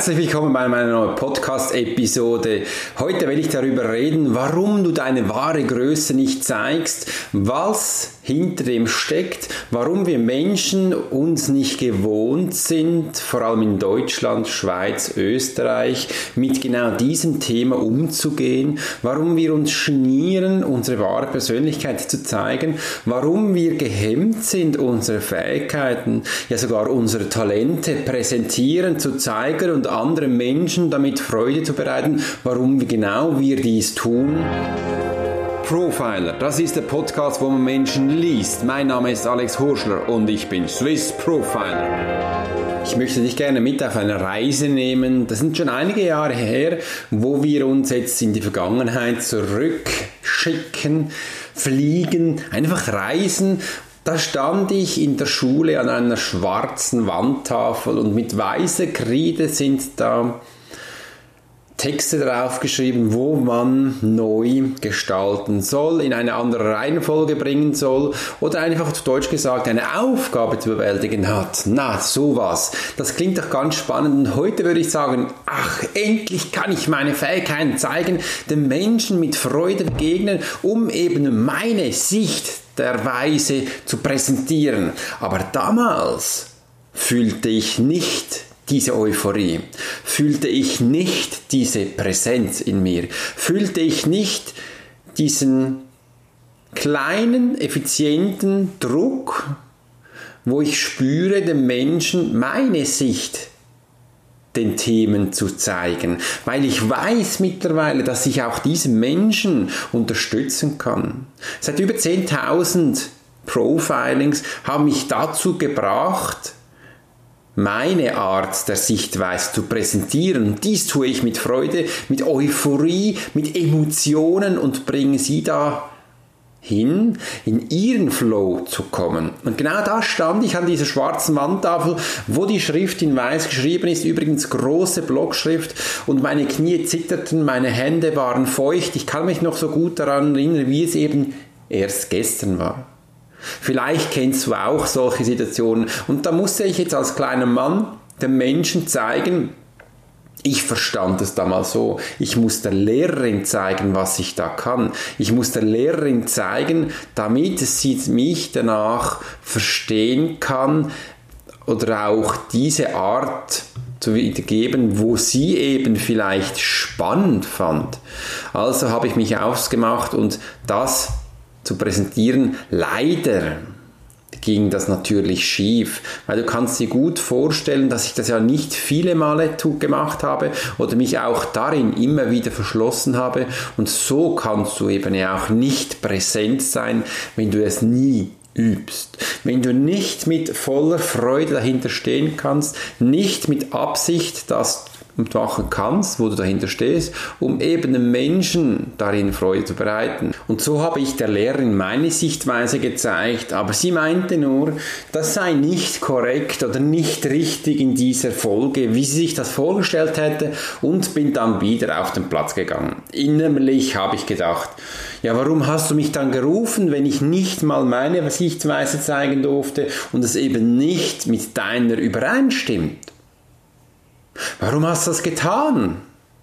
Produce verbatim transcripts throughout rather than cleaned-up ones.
Herzlich willkommen bei meiner neuen Podcast-Episode. Heute will ich darüber reden, warum du deine wahre Größe nicht zeigst, was hinter dem steckt, warum wir Menschen uns nicht gewohnt sind, vor allem in Deutschland, Schweiz, Österreich, mit genau diesem Thema umzugehen, warum wir uns genieren, unsere wahre Persönlichkeit zu zeigen, warum wir gehemmt sind, unsere Fähigkeiten, ja sogar unsere Talente präsentieren, zu zeigen und anderen Menschen damit Freude zu bereiten, warum wir genau wir dies tun. Profiler, das ist der Podcast, wo man Menschen liest. Mein Name ist Alex Horschler und ich bin Swiss Profiler. Ich möchte dich gerne mit auf eine Reise nehmen. Das sind schon einige Jahre her, wo wir uns jetzt in die Vergangenheit zurückschicken, fliegen, einfach reisen. Da stand ich in der Schule an einer schwarzen Wandtafel und mit weißer Kreide sind da Texte draufgeschrieben, wo man neu gestalten soll, in eine andere Reihenfolge bringen soll oder einfach auf Deutsch gesagt eine Aufgabe zu bewältigen hat. Na, sowas. Das klingt doch ganz spannend und heute würde ich sagen, ach, endlich kann ich meine Fähigkeiten zeigen, den Menschen mit Freude begegnen, um eben meine Sicht der Weise zu präsentieren. Aber damals fühlte ich nicht diese Euphorie, fühlte ich nicht diese Präsenz in mir, fühlte ich nicht diesen kleinen, effizienten Druck, wo ich spüre, den Menschen meine Sicht den Themen zu zeigen, weil ich weiß mittlerweile, dass ich auch diesen Menschen unterstützen kann. Seit über zehntausend Profilings haben mich dazu gebracht, meine Art der Sichtweise zu präsentieren. Dies tue ich mit Freude, mit Euphorie, mit Emotionen und bringe sie da hin, in ihren Flow zu kommen. Und genau da stand ich an dieser schwarzen Wandtafel, wo die Schrift in weiß geschrieben ist, übrigens große Blockschrift, und meine Knie zitterten, meine Hände waren feucht. Ich kann mich noch so gut daran erinnern, wie es eben erst gestern war. Vielleicht kennst du auch solche Situationen. Und da musste ich jetzt als kleiner Mann den Menschen zeigen, ich verstand es damals so, ich muss der Lehrerin zeigen, was ich da kann. Ich muss der Lehrerin zeigen, damit sie mich danach verstehen kann oder auch diese Art zu wiedergeben, wo sie eben vielleicht spannend fand. Also habe ich mich ausgemacht und das zu präsentieren. Leider ging das natürlich schief, weil du kannst dir gut vorstellen, dass ich das ja nicht viele Male gemacht habe oder mich auch darin immer wieder verschlossen habe, und so kannst du eben ja auch nicht präsent sein, wenn du es nie übst. Wenn du nicht mit voller Freude dahinter stehen kannst, nicht mit Absicht das machen kannst, wo du dahinter stehst, um eben den Menschen darin Freude zu bereiten. Und so habe ich der Lehrerin meine Sichtweise gezeigt, aber sie meinte nur, das sei nicht korrekt oder nicht richtig in dieser Folge, wie sie sich das vorgestellt hätte, und bin dann wieder auf den Platz gegangen. Innerlich habe ich gedacht, ja, warum hast du mich dann gerufen, wenn ich nicht mal meine Sichtweise zeigen durfte und es eben nicht mit deiner übereinstimmt? Warum hast du das getan?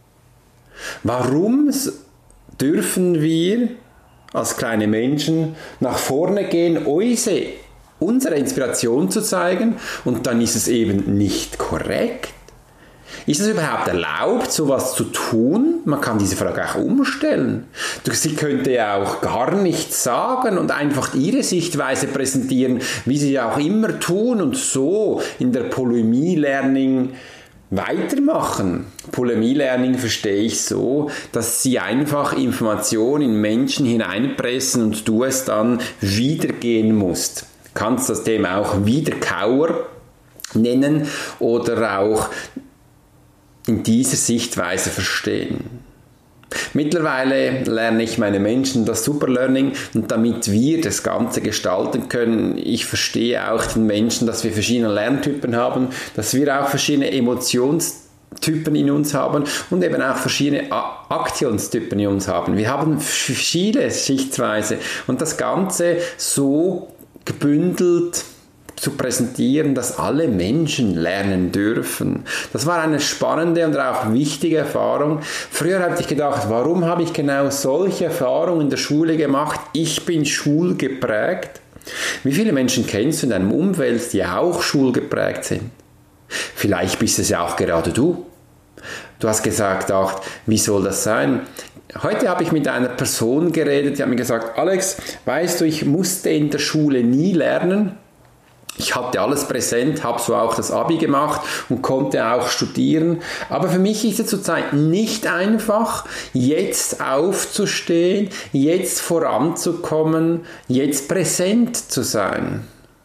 Warum dürfen wir als kleine Menschen nach vorne gehen, unsere, unsere Inspiration zu zeigen, und dann ist es eben nicht korrekt? Ist es überhaupt erlaubt, sowas zu tun? Man kann diese Frage auch umstellen. Sie könnte ja auch gar nichts sagen und einfach ihre Sichtweise präsentieren, wie sie ja auch immer tun, und so in der Polemie-Learning weitermachen. Polemie-Learning verstehe ich so, dass sie einfach Informationen in Menschen hineinpressen und du es dann wiedergehen musst. Du kannst das Thema auch Wiederkauer nennen oder auch in dieser Sichtweise verstehen. Mittlerweile lerne ich meine Menschen das Superlearning, und damit wir das Ganze gestalten können, ich verstehe auch den Menschen, dass wir verschiedene Lerntypen haben, dass wir auch verschiedene Emotionstypen in uns haben und eben auch verschiedene Aktionstypen in uns haben. Wir haben verschiedene Sichtweisen und das Ganze so gebündelt zu präsentieren, dass alle Menschen lernen dürfen. Das war eine spannende und auch wichtige Erfahrung. Früher habe ich gedacht, warum habe ich genau solche Erfahrungen in der Schule gemacht? Ich bin schulgeprägt. Wie viele Menschen kennst du in deinem Umfeld, die auch schulgeprägt sind? Vielleicht bist es ja auch gerade du. Du hast gesagt, ach, wie soll das sein? Heute habe ich mit einer Person geredet, die hat mir gesagt, Alex, weißt du, ich musste in der Schule nie lernen. Ich hatte alles präsent, habe so auch das Abi gemacht und konnte auch studieren. Aber für mich ist es zurzeit nicht einfach, jetzt aufzustehen, jetzt voranzukommen, jetzt präsent zu sein.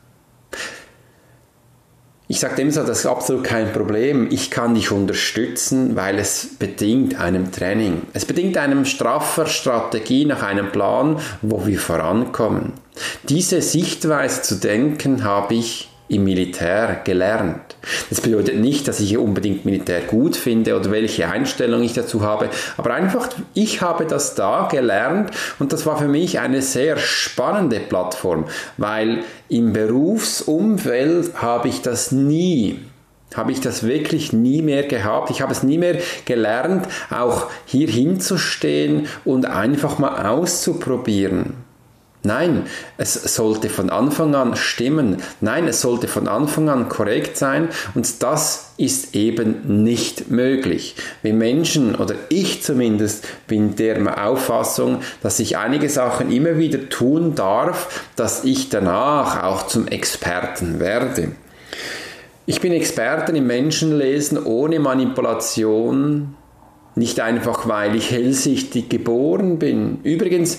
Ich sage dem so, das ist absolut kein Problem. Ich kann dich unterstützen, weil es bedingt einem Training. Es bedingt einem straffer Strategie nach einem Plan, wo wir vorankommen. Diese Sichtweise zu denken, habe ich im Militär gelernt. Das bedeutet nicht, dass ich unbedingt Militär gut finde oder welche Einstellung ich dazu habe, aber einfach, ich habe das da gelernt und das war für mich eine sehr spannende Plattform, weil im Berufsumfeld habe ich das nie habe ich das wirklich nie mehr gehabt. Ich habe es nie mehr gelernt, auch hier hinzustehen und einfach mal auszuprobieren. Nein, es sollte von Anfang an stimmen. Nein, es sollte von Anfang an korrekt sein und das ist eben nicht möglich. Wir Menschen, oder ich zumindest, bin der Auffassung, dass ich einige Sachen immer wieder tun darf, dass ich danach auch zum Experten werde. Ich bin Experten im Menschenlesen ohne Manipulation, nicht einfach, weil ich hellsichtig geboren bin. Übrigens,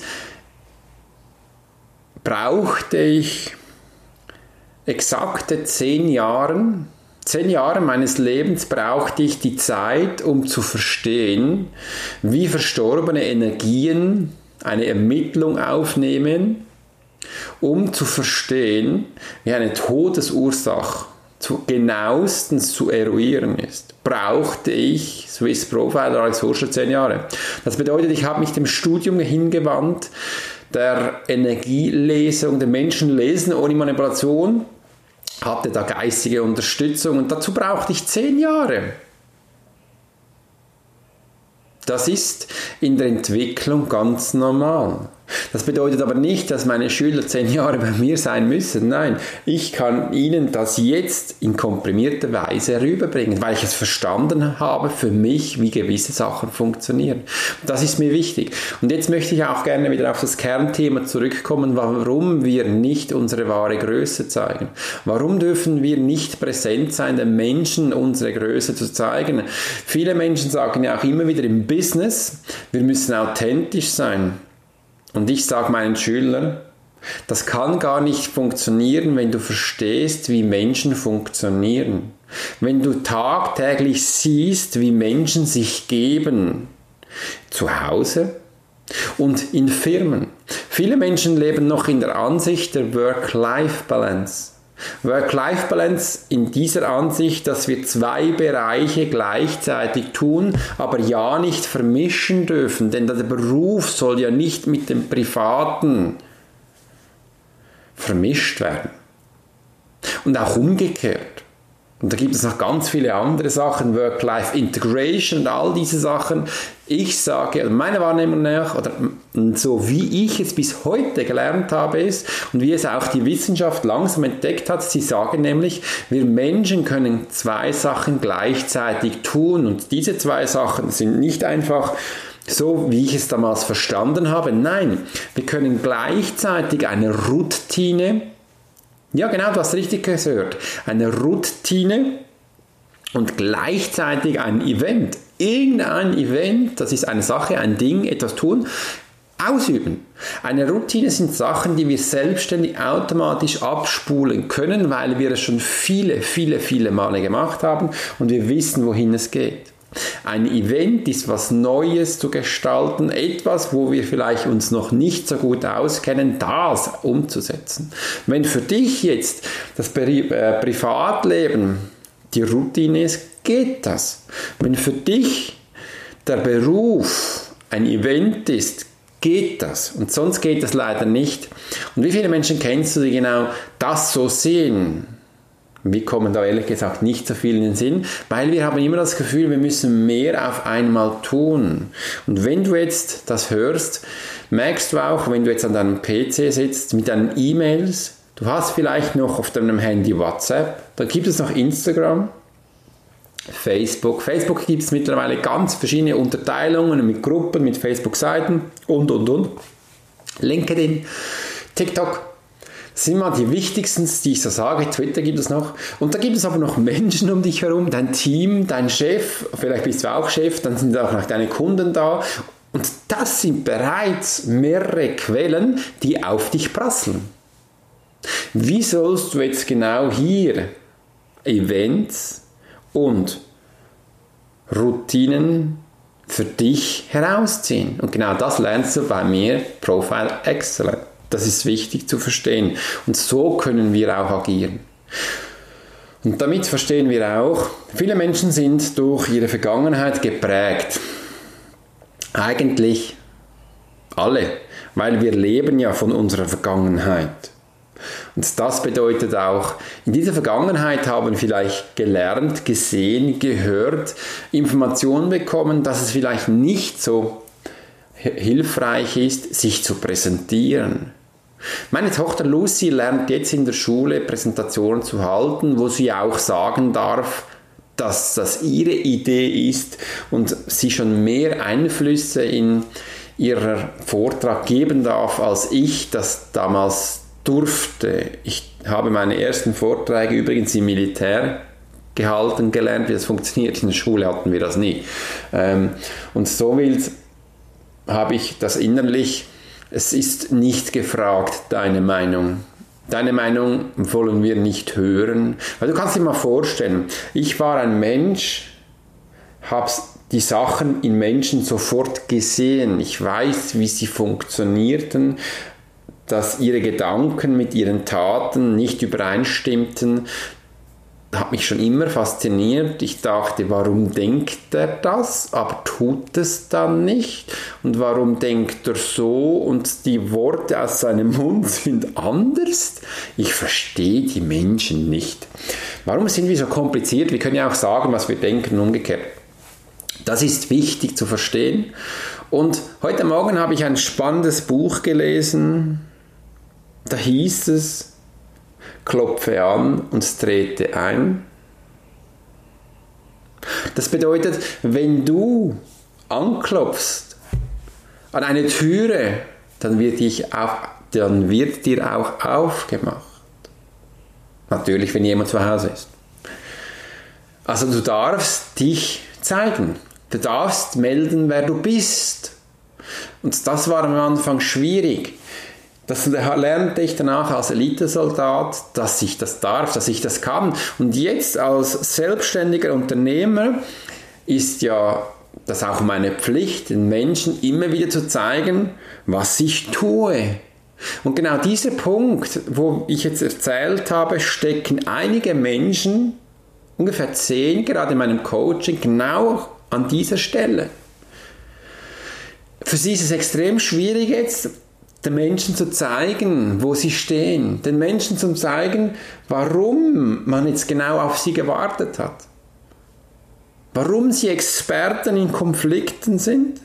brauchte ich exakte zehn Jahre, zehn Jahre meines Lebens brauchte ich die Zeit, um zu verstehen, wie verstorbene Energien eine Ermittlung aufnehmen, um zu verstehen, wie eine Todesursache zu genauestens zu eruieren ist, brauchte ich Swiss Profiler Alex Hurscher zehn Jahre. Das bedeutet, ich habe mich dem Studium hingewandt, der Energielesung, der Menschenlesen ohne Manipulation, hatte da geistige Unterstützung und dazu brauchte ich zehn Jahre. Das ist in der Entwicklung ganz normal. Das bedeutet aber nicht, dass meine Schüler zehn Jahre bei mir sein müssen. Nein, ich kann ihnen das jetzt in komprimierter Weise rüberbringen, weil ich es verstanden habe für mich, wie gewisse Sachen funktionieren. Das ist mir wichtig. Und jetzt möchte ich auch gerne wieder auf das Kernthema zurückkommen, warum wir nicht unsere wahre Größe zeigen. Warum dürfen wir nicht präsent sein, den Menschen unsere Größe zu zeigen? Viele Menschen sagen ja auch immer wieder im Business, wir müssen authentisch sein. Und ich sage meinen Schülern, das kann gar nicht funktionieren, wenn du verstehst, wie Menschen funktionieren. Wenn du tagtäglich siehst, wie Menschen sich geben, zu Hause und in Firmen. Viele Menschen leben noch in der Ansicht der Work-Life-Balance. Work-Life-Balance in dieser Ansicht, dass wir zwei Bereiche gleichzeitig tun, aber ja nicht vermischen dürfen, denn der Beruf soll ja nicht mit dem Privaten vermischt werden. Und auch umgekehrt. Und da gibt es noch ganz viele andere Sachen, Work-Life-Integration und all diese Sachen. Ich sage, meiner Wahrnehmung nach, oder so wie ich es bis heute gelernt habe, ist, und wie es auch die Wissenschaft langsam entdeckt hat, sie sagen nämlich, wir Menschen können zwei Sachen gleichzeitig tun. Und diese zwei Sachen sind nicht einfach so, wie ich es damals verstanden habe. Nein, wir können gleichzeitig eine Routine, ja genau, du hast richtig gehört, eine Routine und gleichzeitig ein Event. Irgendein Event, das ist eine Sache, ein Ding, etwas tun, ausüben. Eine Routine sind Sachen, die wir selbstständig automatisch abspulen können, weil wir es schon viele, viele, viele Male gemacht haben und wir wissen, wohin es geht. Ein Event ist was Neues zu gestalten, etwas, wo wir vielleicht uns noch nicht so gut auskennen, das umzusetzen. Wenn für dich jetzt das Pri- äh, Privatleben die Routine ist, geht das. Wenn für dich der Beruf ein Event ist, geht das. Und sonst geht das leider nicht. Und wie viele Menschen kennst du, die genau das so sehen? Wir kommen da ehrlich gesagt nicht so viel in den Sinn, weil wir haben immer das Gefühl, wir müssen mehr auf einmal tun. Und wenn du jetzt das hörst, merkst du auch, wenn du jetzt an deinem P C sitzt mit deinen E-Mails, du hast vielleicht noch auf deinem Handy WhatsApp, dann gibt es noch Instagram, Facebook. Facebook gibt es mittlerweile ganz verschiedene Unterteilungen mit Gruppen, mit Facebook-Seiten und, und, und. LinkedIn, TikTok. Das sind mal die wichtigsten, die ich so sage. Twitter gibt es noch. Und da gibt es aber noch Menschen um dich herum, dein Team, dein Chef, vielleicht bist du auch Chef, dann sind auch noch deine Kunden da. Und das sind bereits mehrere Quellen, die auf dich prasseln. Wie sollst du jetzt genau hier Events und Routinen für dich herausziehen? Und genau das lernst du bei mir, Profile Excellence. Das ist wichtig zu verstehen. Und so können wir auch agieren. Und damit verstehen wir auch, viele Menschen sind durch ihre Vergangenheit geprägt. Eigentlich alle, weil wir leben ja von unserer Vergangenheit. Und das bedeutet auch, in dieser Vergangenheit haben wir vielleicht gelernt, gesehen, gehört, Informationen bekommen, dass es vielleicht nicht so hilfreich ist, sich zu präsentieren. Meine Tochter Lucy lernt jetzt in der Schule Präsentationen zu halten, wo sie auch sagen darf, dass das ihre Idee ist und sie schon mehr Einflüsse in ihren Vortrag geben darf, als ich das damals durfte. Ich habe meine ersten Vorträge übrigens im Militär gehalten, gelernt, wie das funktioniert. In der Schule hatten wir das nie. Und somit habe ich das innerlich. Es ist nicht gefragt, deine Meinung. Deine Meinung wollen wir nicht hören. Weil du kannst dir mal vorstellen, ich war ein Mensch, habe die Sachen in Menschen sofort gesehen. Ich weiß, wie sie funktionierten, dass ihre Gedanken mit ihren Taten nicht übereinstimmten. Hat mich schon immer fasziniert. Ich dachte, warum denkt er das, aber tut es dann nicht? Und warum denkt er so und die Worte aus seinem Mund sind anders? Ich verstehe die Menschen nicht. Warum sind wir so kompliziert? Wir können ja auch sagen, was wir denken, umgekehrt. Das ist wichtig zu verstehen. Und heute Morgen habe ich ein spannendes Buch gelesen. Da hieß es, klopfe an und trete ein. Das bedeutet, wenn du anklopfst an eine Türe, dann wird, dich auch, dann wird dir auch aufgemacht. Natürlich, wenn jemand zu Hause ist. Also du darfst dich zeigen. Du darfst melden, wer du bist. Und das war am Anfang schwierig. Das lernte ich danach als Elitesoldat, dass ich das darf, dass ich das kann. Und jetzt als selbstständiger Unternehmer ist ja das auch meine Pflicht, den Menschen immer wieder zu zeigen, was ich tue. Und genau dieser Punkt, wo ich jetzt erzählt habe, stecken einige Menschen, ungefähr zehn, gerade in meinem Coaching, genau an dieser Stelle. Für sie ist es extrem schwierig jetzt, den Menschen zu zeigen, wo sie stehen. Den Menschen zu zeigen, warum man jetzt genau auf sie gewartet hat. Warum sie Experten in Konflikten sind.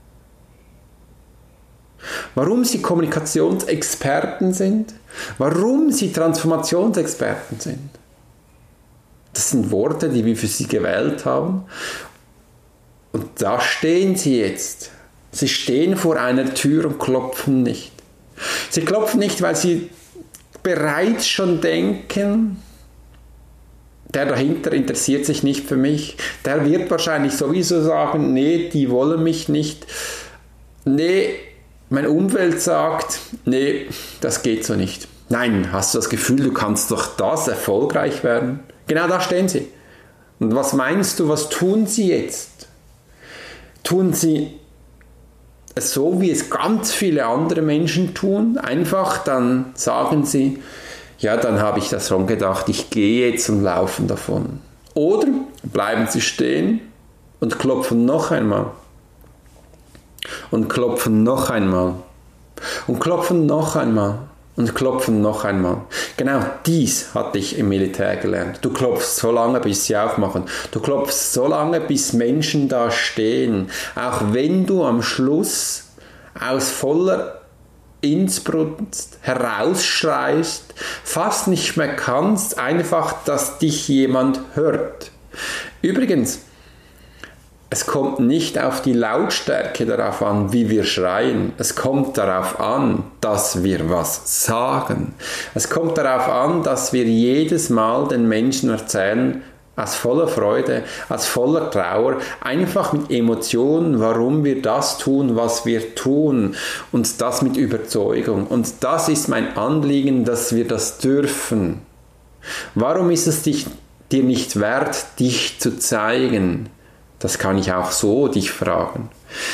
Warum sie Kommunikationsexperten sind. Warum sie Transformationsexperten sind. Das sind Worte, die wir für sie gewählt haben. Und da stehen sie jetzt. Sie stehen vor einer Tür und klopfen nicht. Sie klopfen nicht, weil sie bereits schon denken, der dahinter interessiert sich nicht für mich. Der wird wahrscheinlich sowieso sagen, nee, die wollen mich nicht. Nee, mein Umfeld sagt, nee, das geht so nicht. Nein, hast du das Gefühl, du kannst doch das erfolgreich werden? Genau da stehen sie. Und was meinst du, was tun sie jetzt? Tun sie so, wie es ganz viele andere Menschen tun, einfach dann sagen sie, ja, dann habe ich das schon gedacht, ich gehe jetzt und laufen davon. Oder bleiben sie stehen und klopfen noch einmal. und klopfen noch einmal und klopfen noch einmal und klopfen noch einmal. Genau dies hatte ich im Militär gelernt. Du klopfst so lange, bis sie aufmachen. Du klopfst so lange, bis Menschen da stehen. Auch wenn du am Schluss aus voller Inbrunst herausschreist, fast nicht mehr kannst, einfach, dass dich jemand hört. Übrigens, es kommt nicht auf die Lautstärke darauf an, wie wir schreien. Es kommt darauf an, dass wir was sagen. Es kommt darauf an, dass wir jedes Mal den Menschen erzählen, aus voller Freude, aus voller Trauer, einfach mit Emotionen, warum wir das tun, was wir tun, und das mit Überzeugung. Und das ist mein Anliegen, dass wir das dürfen. Warum ist es dich, dir nicht wert, dich zu zeigen? Das kann ich auch so dich fragen.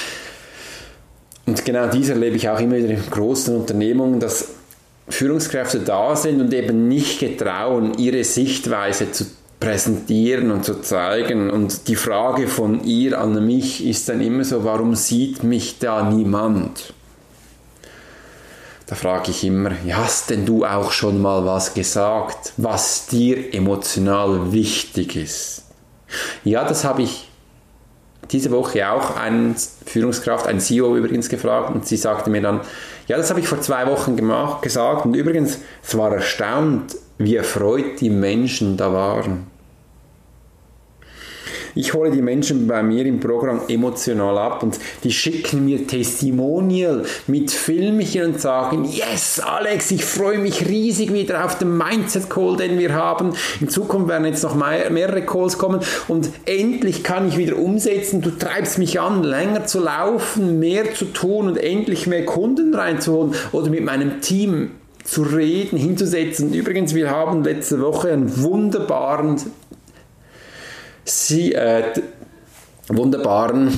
Und genau dies erlebe ich auch immer wieder in großen Unternehmungen, dass Führungskräfte da sind und eben nicht getrauen, ihre Sichtweise zu präsentieren und zu zeigen. Und die Frage von ihr an mich ist dann immer so, warum sieht mich da niemand? Da frage ich immer, hast denn du auch schon mal was gesagt, was dir emotional wichtig ist? Ja, das habe ich diese Woche auch eine Führungskraft, ein C E O übrigens, gefragt, und sie sagte mir dann, ja, das habe ich vor zwei Wochen gemacht, gesagt, und übrigens, es war erstaunt, wie erfreut die Menschen da waren. Ich hole die Menschen bei mir im Programm emotional ab und die schicken mir Testimonial mit Filmchen und sagen, yes, Alex, ich freue mich riesig wieder auf den Mindset-Call, den wir haben. In Zukunft werden jetzt noch mehrere Calls kommen und endlich kann ich wieder umsetzen. Du treibst mich an, länger zu laufen, mehr zu tun und endlich mehr Kunden reinzuholen oder mit meinem Team zu reden, hinzusetzen. Übrigens, wir haben letzte Woche einen wunderbaren Sie, äh, wunderbaren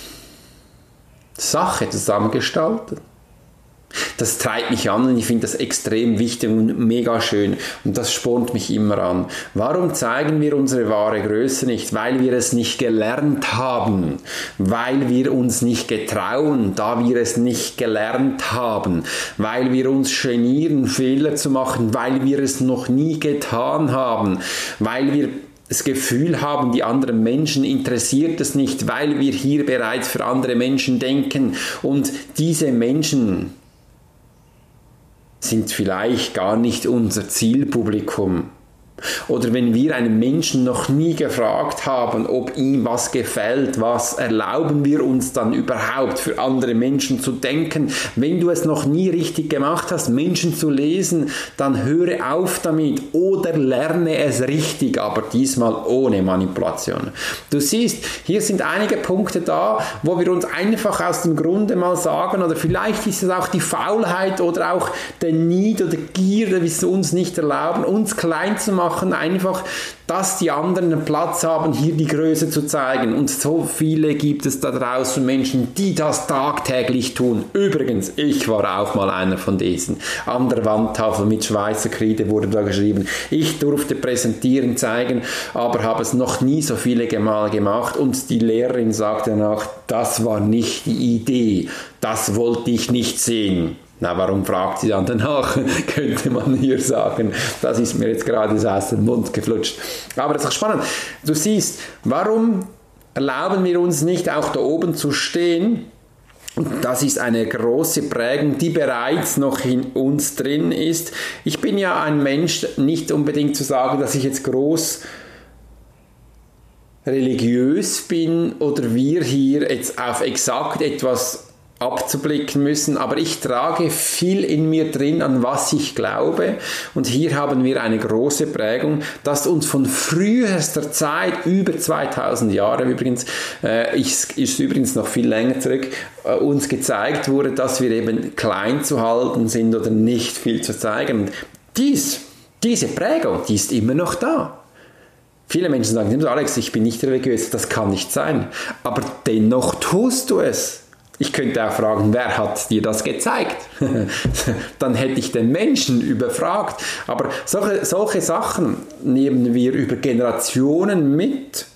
Sache zusammengestaltet. Das treibt mich an und ich finde das extrem wichtig und mega schön und das spornt mich immer an. Warum zeigen wir unsere wahre Größe nicht? Weil wir es nicht gelernt haben, weil wir uns nicht getrauen, da wir es nicht gelernt haben, weil wir uns genieren, Fehler zu machen, weil wir es noch nie getan haben, weil wir das Gefühl haben, die anderen Menschen interessiert es nicht, weil wir hier bereits für andere Menschen denken und diese Menschen sind vielleicht gar nicht unser Zielpublikum. Oder wenn wir einen Menschen noch nie gefragt haben, ob ihm was gefällt, was erlauben wir uns dann überhaupt für andere Menschen zu denken? Wenn du es noch nie richtig gemacht hast, Menschen zu lesen, dann höre auf damit oder lerne es richtig, aber diesmal ohne Manipulation. Du siehst, hier sind einige Punkte da, wo wir uns einfach aus dem Grunde mal sagen, oder vielleicht ist es auch die Faulheit oder auch der Need oder Gier, dass wir es uns nicht erlauben, uns klein zu machen, einfach, dass die anderen einen Platz haben, hier die Größe zu zeigen. Und so viele gibt es da draußen Menschen, die das tagtäglich tun. Übrigens, ich war auch mal einer von diesen. An der Wandtafel mit Schweizer Kreide wurde da geschrieben, ich durfte präsentieren, zeigen, aber habe es noch nie so viele Mal gemacht. Und die Lehrerin sagte danach, das war nicht die Idee, das wollte ich nicht sehen. Na, warum fragt sie dann danach, könnte man hier sagen. Das ist mir jetzt gerade so aus dem Mund geflutscht. Aber das ist spannend. Du siehst, warum erlauben wir uns nicht auch da oben zu stehen? Und das ist eine große Prägung, die bereits noch in uns drin ist. Ich bin ja ein Mensch, nicht unbedingt zu sagen, dass ich jetzt groß religiös bin oder wir hier jetzt auf exakt etwas abzublicken müssen, aber ich trage viel in mir drin, an was ich glaube, und hier haben wir eine große Prägung, dass uns von frühester Zeit, über zweitausend Jahre übrigens, äh, ist, ist übrigens noch viel länger zurück, äh, uns gezeigt wurde, dass wir eben klein zu halten sind oder nicht viel zu zeigen. Und dies, diese Prägung, die ist immer noch da. Viele Menschen sagen, Alex, ich bin nicht religiös, das kann nicht sein, aber dennoch tust du es. Ich könnte auch fragen, wer hat dir das gezeigt? Dann hätte ich den Menschen überfragt. Aber solche, solche Sachen nehmen wir über Generationen mit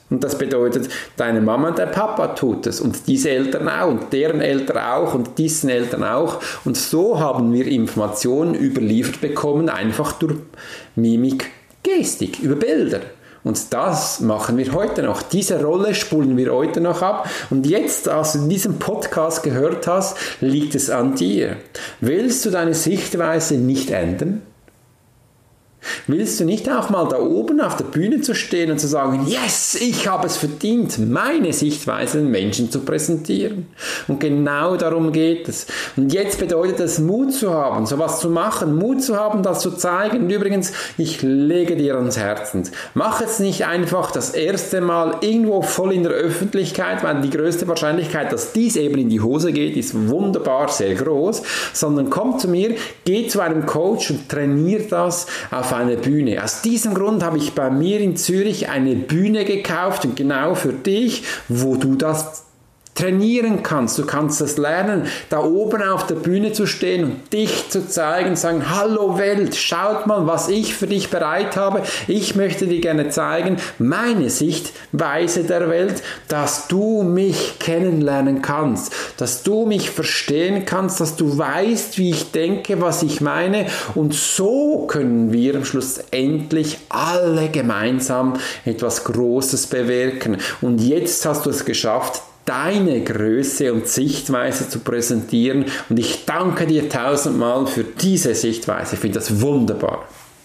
Und das bedeutet, deine Mama und dein Papa tut es und diese Eltern auch und deren Eltern auch und diesen Eltern auch. Und so haben wir Informationen überliefert bekommen, einfach durch Mimik, Gestik, über Bilder. Und das machen wir heute noch. Diese Rolle spulen wir heute noch ab. Und jetzt, als du diesen Podcast gehört hast, liegt es an dir. Willst du deine Sichtweise nicht ändern? Willst du nicht auch mal da oben auf der Bühne zu stehen und zu sagen, yes, ich habe es verdient, meine Sichtweise den Menschen zu präsentieren? Und genau darum geht es. Und jetzt bedeutet es, Mut zu haben, sowas zu machen, Mut zu haben, das zu zeigen. Und übrigens, ich lege dir ans Herzen, mach es nicht einfach das erste Mal irgendwo voll in der Öffentlichkeit, weil die größte Wahrscheinlichkeit, dass dies eben in die Hose geht, ist wunderbar, sehr groß, sondern komm zu mir, geh zu einem Coach und trainier das auf eine Bühne. Aus diesem Grund habe ich bei mir in Zürich eine Bühne gekauft und genau für dich, wo du das trainieren kannst. Du kannst das lernen, da oben auf der Bühne zu stehen und dich zu zeigen und sagen, hallo Welt, schaut mal, was ich für dich bereit habe. Ich möchte dir gerne zeigen, meine Sichtweise der Welt, dass du mich kennenlernen kannst, dass du mich verstehen kannst, dass du weißt, wie ich denke, was ich meine und so können wir am Schluss endlich alle gemeinsam etwas Großes bewirken. Und jetzt hast du es geschafft, deine Größe und Sichtweise zu präsentieren und ich danke dir tausendmal für diese Sichtweise. Ich finde das wunderbar.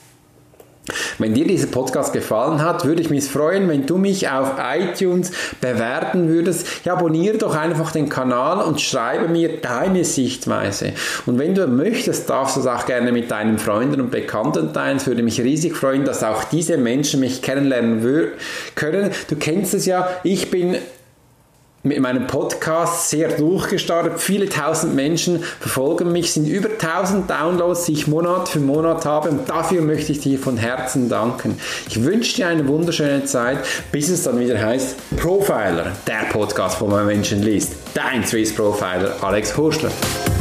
Wenn dir dieser Podcast gefallen hat, würde ich mich freuen, wenn du mich auf iTunes bewerten würdest. Ja, abonniere doch einfach den Kanal und schreibe mir deine Sichtweise. Und wenn du möchtest, darfst du es auch gerne mit deinen Freunden und Bekannten teilen. Es würde mich riesig freuen, dass auch diese Menschen mich kennenlernen können. Du kennst es ja, ich bin mit meinem Podcast sehr durchgestartet. Viele tausend Menschen verfolgen mich, sind über tausend Downloads, die ich Monat für Monat habe und dafür möchte ich dir von Herzen danken. Ich wünsche dir eine wunderschöne Zeit, bis es dann wieder heißt Profiler, der Podcast, wo man Menschen liest. Dein Swiss Profiler, Alex Horschler.